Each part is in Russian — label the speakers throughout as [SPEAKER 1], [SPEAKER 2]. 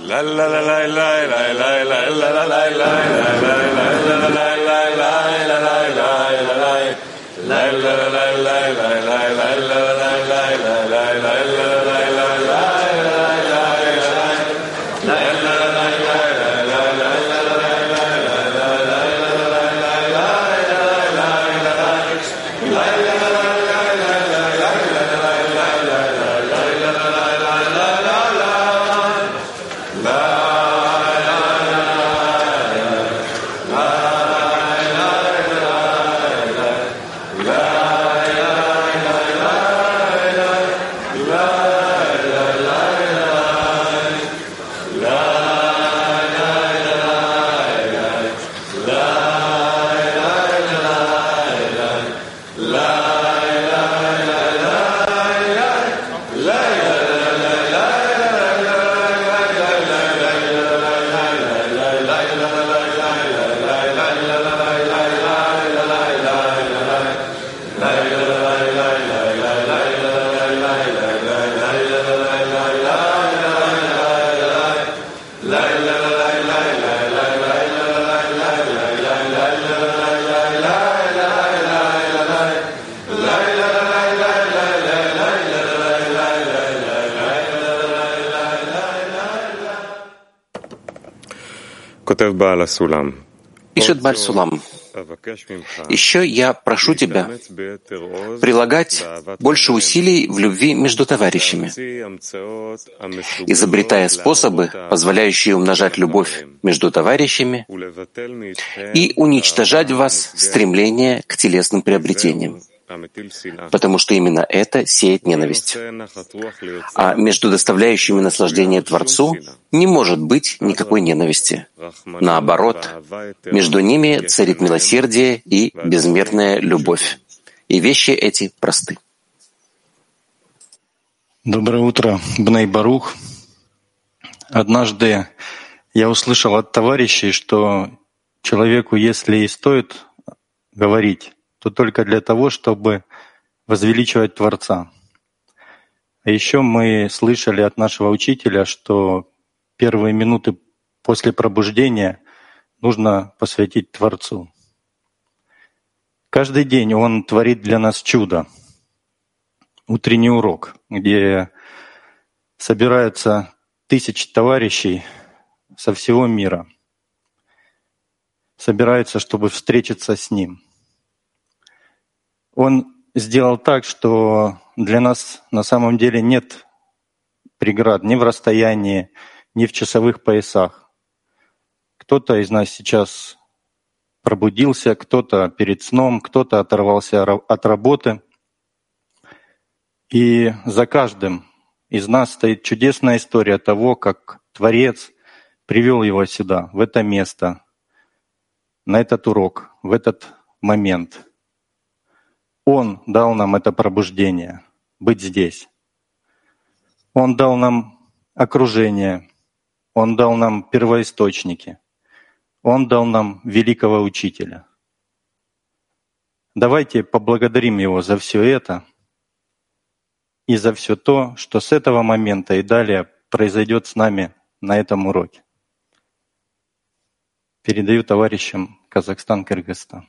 [SPEAKER 1] Пишет Бааль Сулам. Еще я прошу тебя прилагать больше усилий в любви между товарищами, изобретая способы, позволяющие умножать любовь между товарищами и уничтожать в вас стремление к телесным приобретениям, потому что именно это сеет ненависть. А между доставляющими наслаждение Творцу не может быть никакой ненависти. Наоборот, между ними царит милосердие и безмерная любовь. И вещи эти просты.
[SPEAKER 2] Доброе утро, Бней Барух. Однажды я услышал от товарищей, что человеку, если и стоит говорить, то только для того, чтобы возвеличивать Творца. А еще мы слышали от нашего учителя, что первые минуты после пробуждения нужно посвятить Творцу. Каждый день Он творит для нас чудо. Утренний урок, где собираются тысячи товарищей со всего мира. Собираются, чтобы встретиться с Ним. Он сделал так, что для нас на самом деле нет преград ни в расстоянии, ни в часовых поясах. Кто-то из нас сейчас пробудился, кто-то перед сном, кто-то оторвался от работы. И за каждым из нас стоит чудесная история того, как Творец привел его сюда, в это место, на этот урок, в этот момент. Он дал нам это пробуждение, быть здесь. Он дал нам окружение, Он дал нам первоисточники, Он дал нам великого учителя. Давайте поблагодарим Его за все это и за все то, что с этого момента и далее произойдет с нами на этом уроке. Передаю товарищам Казахстан, Кыргызстан.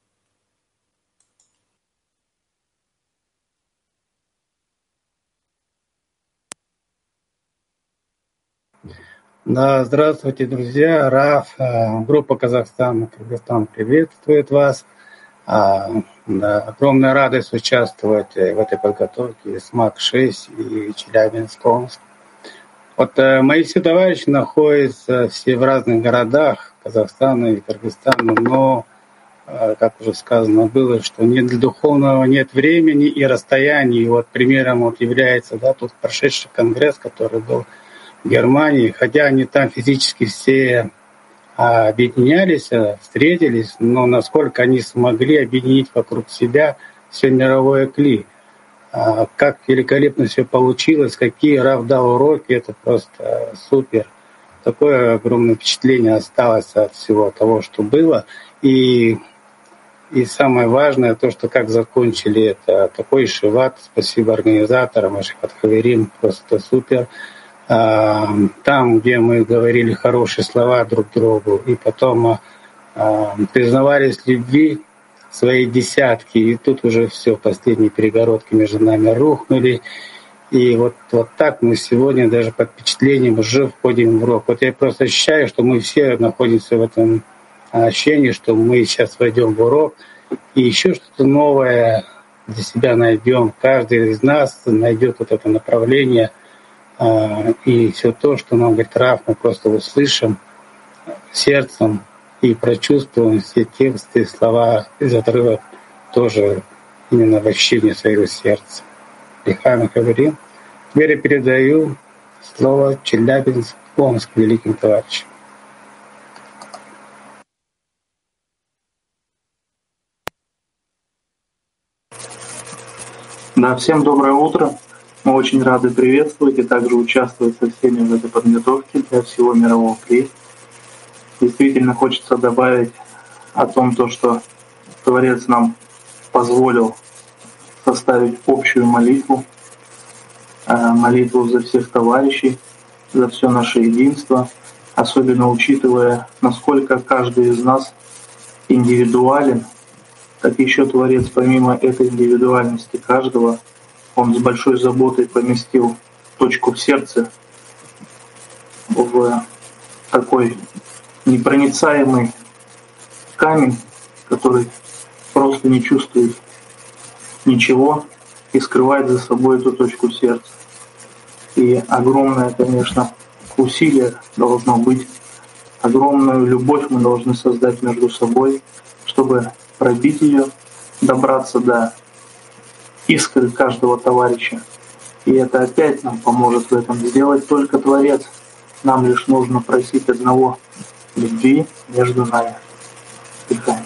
[SPEAKER 3] Да, здравствуйте, друзья. Раф, группа Казахстан, Кыргызстан приветствует вас. Да, огромная радость участвовать в этой подготовке СМАК-6 и Челябинск-Омск. Вот мои все товарищи находятся все в разных городах Казахстана и Кыргызстана, но, как уже сказано было, что нет для духовного нет времени и расстояний. И вот примером вот является тот прошедший конгресс, который был в Германии, хотя они там физически все объединялись, встретились, но насколько они смогли объединить вокруг себя все мировое кли. Как великолепно все получилось, какие Рав дал уроки, это просто супер. Такое огромное впечатление осталось от всего того, что было. И самое важное, то, что как закончили это, такой шиват, спасибо организаторам, Ашихат Хаверим, просто супер. там, где мы говорили хорошие слова друг другу, и потом признавались в любви своей десятки, и тут уже все, последние перегородки между нами рухнули. И вот так мы сегодня даже под впечатлением уже входим в урок. Вот я просто ощущаю, что мы все находимся в этом ощущении, что мы сейчас войдем в урок, и еще что-то новое для себя найдем. Каждый из нас найдет вот это направление, и все то, что нам говорит Рав, мы просто услышим сердцем и прочувствуем все тексты, слова из отрывок тоже именно в ощущении своего сердца. Лихаем говорим. Теперь я передаю слово Челябинск, Омск, великим товарищам.
[SPEAKER 4] Да, всем доброе утро. Мы очень рады приветствовать и также участвовать со всеми в этой подготовке для всего мирового кризиса. Действительно хочется добавить о том, что Творец нам позволил составить общую молитву, молитву за всех товарищей, за все наше единство, особенно учитывая, насколько каждый из нас индивидуален, так еще Творец, помимо этой индивидуальности каждого, Он с большой заботой поместил точку в сердце, в такой непроницаемый камень, который просто не чувствует ничего и скрывает за собой эту точку сердца. И огромное, конечно, усилие должно быть, огромную любовь мы должны создать между собой, чтобы пробить ее, добраться до искры каждого товарища. И это опять нам поможет в этом сделать только Творец. Нам лишь нужно просить одного — любви между нами. Дыхаем.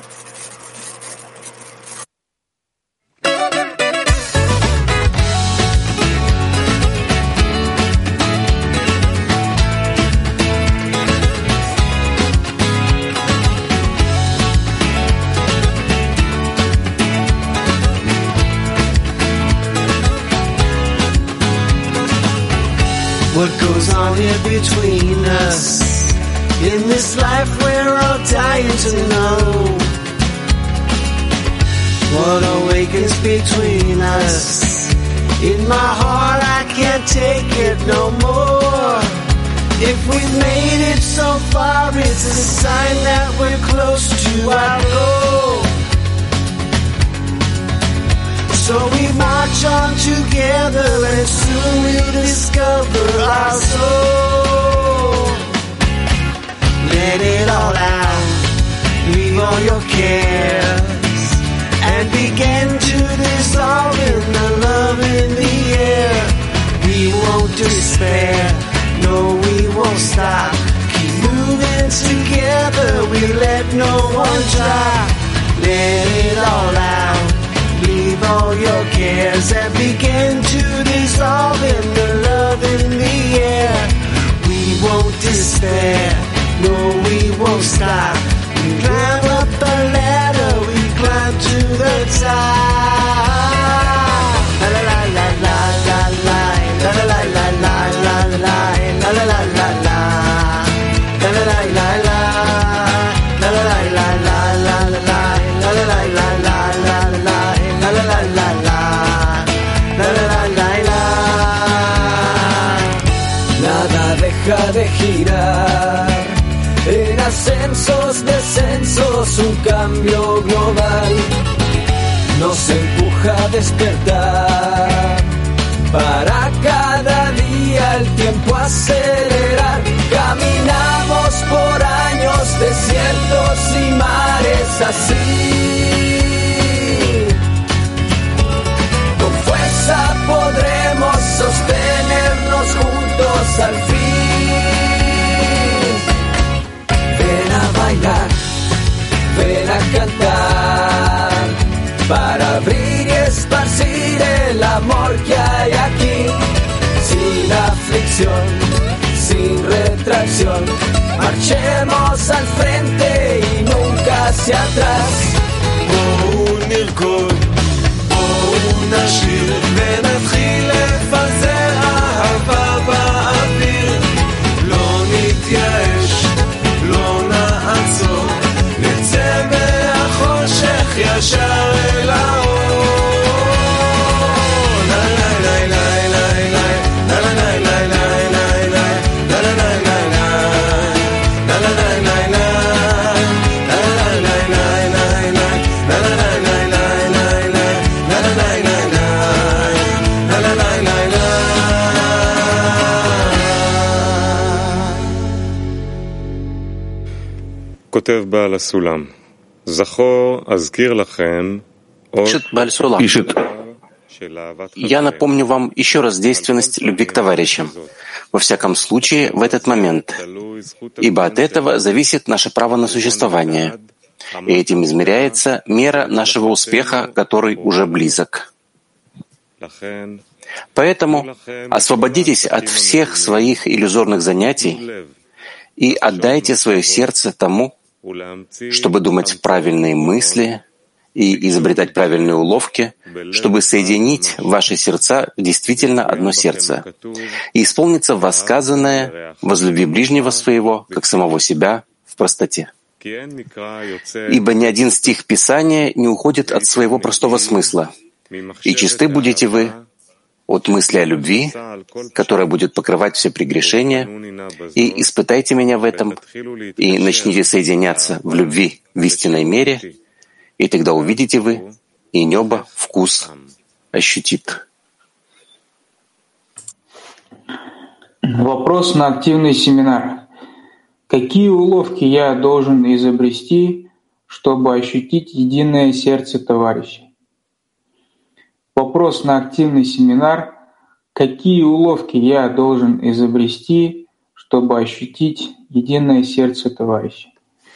[SPEAKER 5] What goes on here between us? In this life we're all dying to know. What awakens between us? In my heart I can't take it no more. If we've made it so far, it's a sign that we're close to our goal. So we march on together and soon we'll discover our soul. Let it all out, leave all your cares, and begin to dissolve in the love in the air. We won't despair, no we won't stop. Keep moving together, we let no one drop. Let it all out, leave all your cares and begin to dissolve in the love in the air. We won't despair, no we won't stop. We climb up the ladder, we climb to the top. La la la la la la la la la la la la la la la la la la la. La la la la la la la la la la la la la la la la la la la. La la la la la, la la la la la. Nada deja de girar, en ascensos, descensos, un cambio global nos empuja a despertar. Para cada día el tiempo acelerar. Caminamos por años, desiertos y mares así. Podremos sostenernos juntos al fin. Ven a bailar, ven a cantar, para abrir y esparcir el amor que hay aquí. Sin aflicción, sin retracción, marchemos al frente y nunca hacia atrás. נשיר ונתחיל לפזר אהבה באוויר
[SPEAKER 1] Пишет Бааль Сулам. Я напомню вам еще раз действенность любви к товарищам, во всяком случае в этот момент, ибо от этого зависит наше право на существование, и этим измеряется мера нашего успеха, который уже близок. Поэтому освободитесь от всех своих иллюзорных занятий и отдайте свое сердце тому, чтобы думать правильные мысли и изобретать правильные уловки, чтобы соединить ваши сердца в действительно одно сердце и исполниться в вас сказанное «возлюби ближнего своего, как самого себя, в простоте». Ибо ни один стих Писания не уходит от своего простого смысла, и чисты будете вы от мысли о любви, которая будет покрывать все прегрешения, и испытайте меня в этом, и начните соединяться в любви в истинной мере, и тогда увидите вы, и небо вкус ощутит.
[SPEAKER 6] Вопрос на активный семинар. Какие уловки я должен изобрести, чтобы ощутить единое сердце товарищей? Вопрос на активный семинар. Какие уловки я должен изобрести, чтобы ощутить единое сердце товарищей?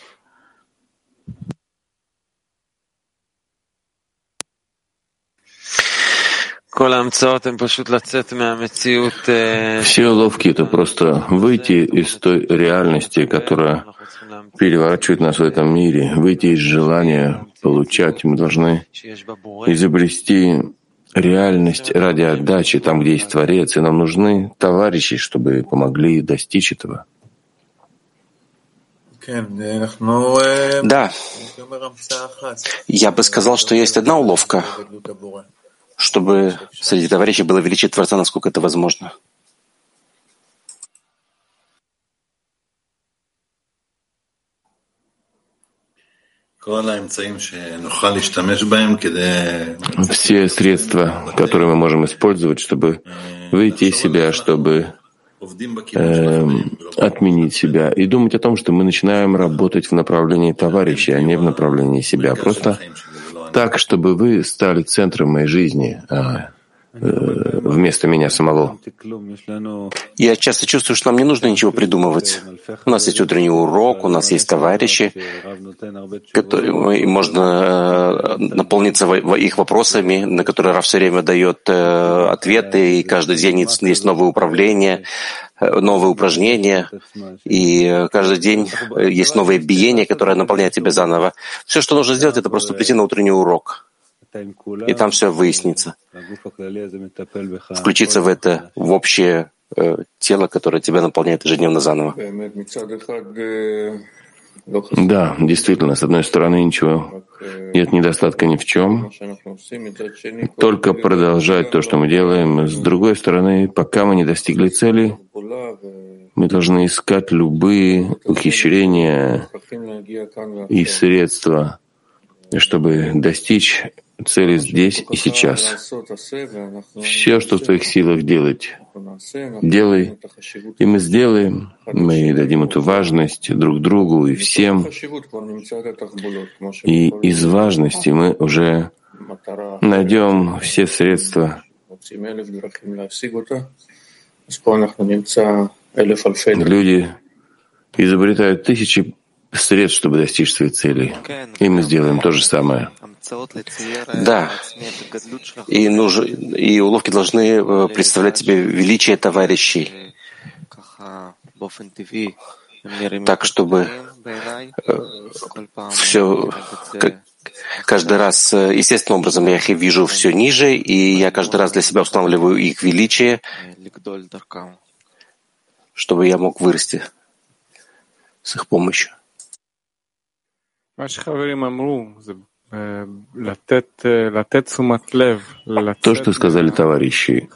[SPEAKER 7] Все уловки — это просто выйти из той реальности, которая переворачивает нас в этом мире, выйти из желания получать. Мы должны изобрести реальность ради отдачи, там, где есть Творец, и нам нужны товарищи, чтобы помогли достичь этого.
[SPEAKER 1] Да, я бы сказал, что есть одна уловка, чтобы среди товарищей было величие Творца, насколько это возможно.
[SPEAKER 7] Все средства, которые мы можем использовать, чтобы выйти из себя, чтобы отменить себя и думать о том, что мы начинаем работать в направлении товарищей, а не в направлении себя. Просто так, чтобы вы стали центром моей жизни, вместо меня самого.
[SPEAKER 1] Я часто чувствую, что нам не нужно ничего придумывать. У нас есть утренний урок, у нас есть товарищи, можно наполниться их вопросами, на которые Рав все время дает ответы, и каждый день есть новые управления, новые упражнения, и каждый день есть новое биение, которое наполняет тебя заново. Все, что нужно сделать, это просто прийти на утренний урок. И там все выяснится. Включиться в это, в общее тело, которое тебя наполняет ежедневно заново.
[SPEAKER 7] Да, действительно, с одной стороны, ничего нет недостатка ни в чем, только продолжать то, что мы делаем. С другой стороны, пока мы не достигли цели, мы должны искать любые ухищрения и средства, чтобы достичь цели здесь и сейчас. Все, что в твоих силах делать, делай, и мы сделаем. Мы дадим эту важность друг другу и всем. И из важности мы уже найдем все средства. Люди изобретают тысячи средств, чтобы достичь своей цели. И мы сделаем то же самое.
[SPEAKER 1] Да, и уловки должны представлять себе величие товарищей, так, чтобы все каждый раз, естественным образом, я их вижу все ниже, и я каждый раз для себя устанавливаю их величие, чтобы я мог вырасти с их помощью.
[SPEAKER 7] То, что сказали товарищи,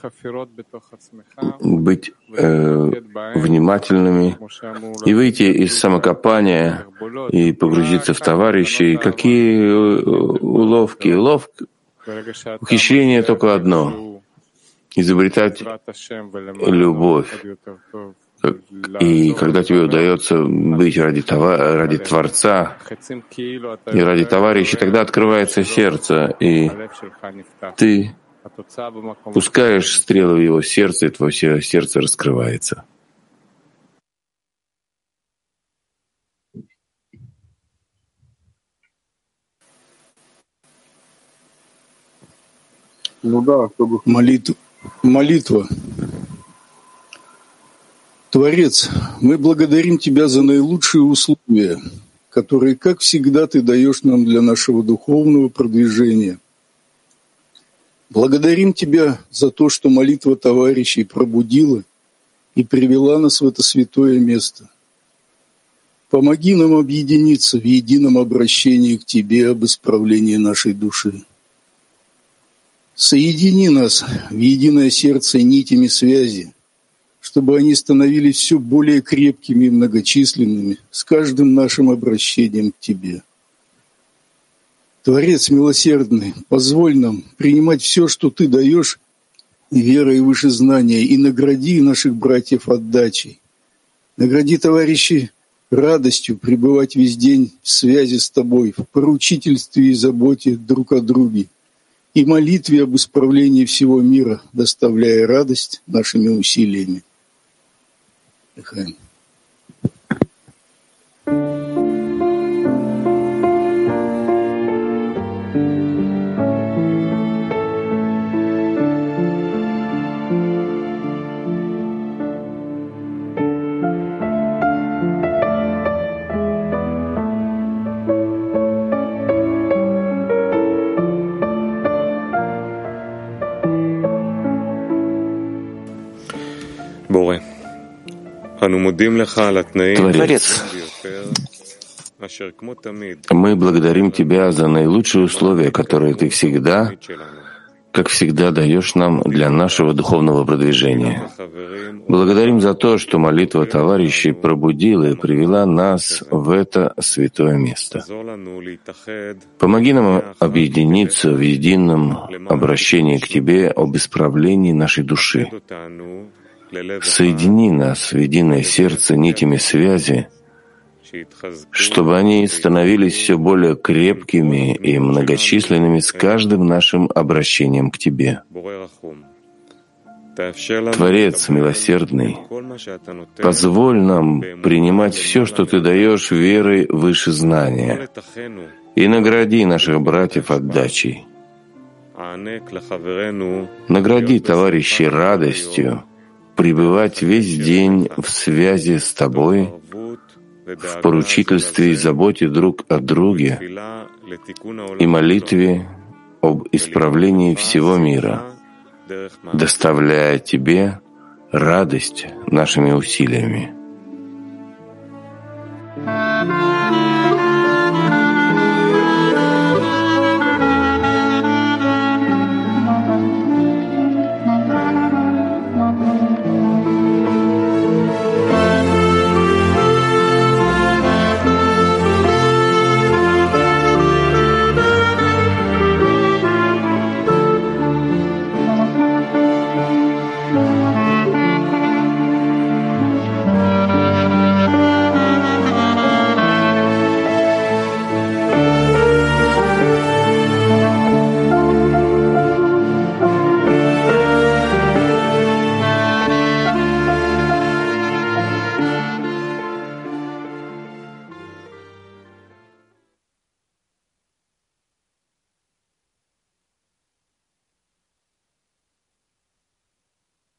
[SPEAKER 7] быть внимательными и выйти из самокопания и погрузиться в товарищей. Какие уловки? Ухищрение только одно — изобретать любовь. И когда тебе удается быть ради Творца и ради товарища, тогда открывается сердце, и ты пускаешь стрелы в его сердце, и твое сердце раскрывается.
[SPEAKER 8] Молитва. Творец, мы благодарим Тебя за наилучшие условия, которые, как всегда, Ты даешь нам для нашего духовного продвижения. Благодарим Тебя за то, что молитва товарищей пробудила и привела нас в это святое место. Помоги нам объединиться в едином обращении к Тебе об исправлении нашей души. Соедини нас в единое сердце нитями связи, чтобы они становились все более крепкими и многочисленными с каждым нашим обращением к Тебе. Творец милосердный, позволь нам принимать все, что Ты даешь, верой выше знания, и награди наших братьев отдачей. Награди товарищей радостью пребывать весь день в связи с Тобой, в поручительстве и заботе друг о друге, и молитве об исправлении всего мира, доставляя радость нашими усилиями. Эхаим.
[SPEAKER 7] Творец, мы благодарим Тебя за наилучшие условия, которые Ты всегда, как всегда, даешь нам для нашего духовного продвижения. Благодарим за то, что молитва товарищей пробудила и привела нас в это святое место. Помоги нам объединиться в едином обращении к Тебе об исправлении нашей души. Соедини нас в единое сердце нитями связи, чтобы они становились все более крепкими и многочисленными с каждым нашим обращением к Тебе. Творец милосердный, позволь нам принимать все, что Ты даешь верой выше знания, и награди наших братьев отдачей. Награди товарищей радостью, пребывать весь день в связи с Тобой, в поручительстве и заботе друг о друге и молитве об исправлении всего мира, доставляя Тебе радость нашими усилиями.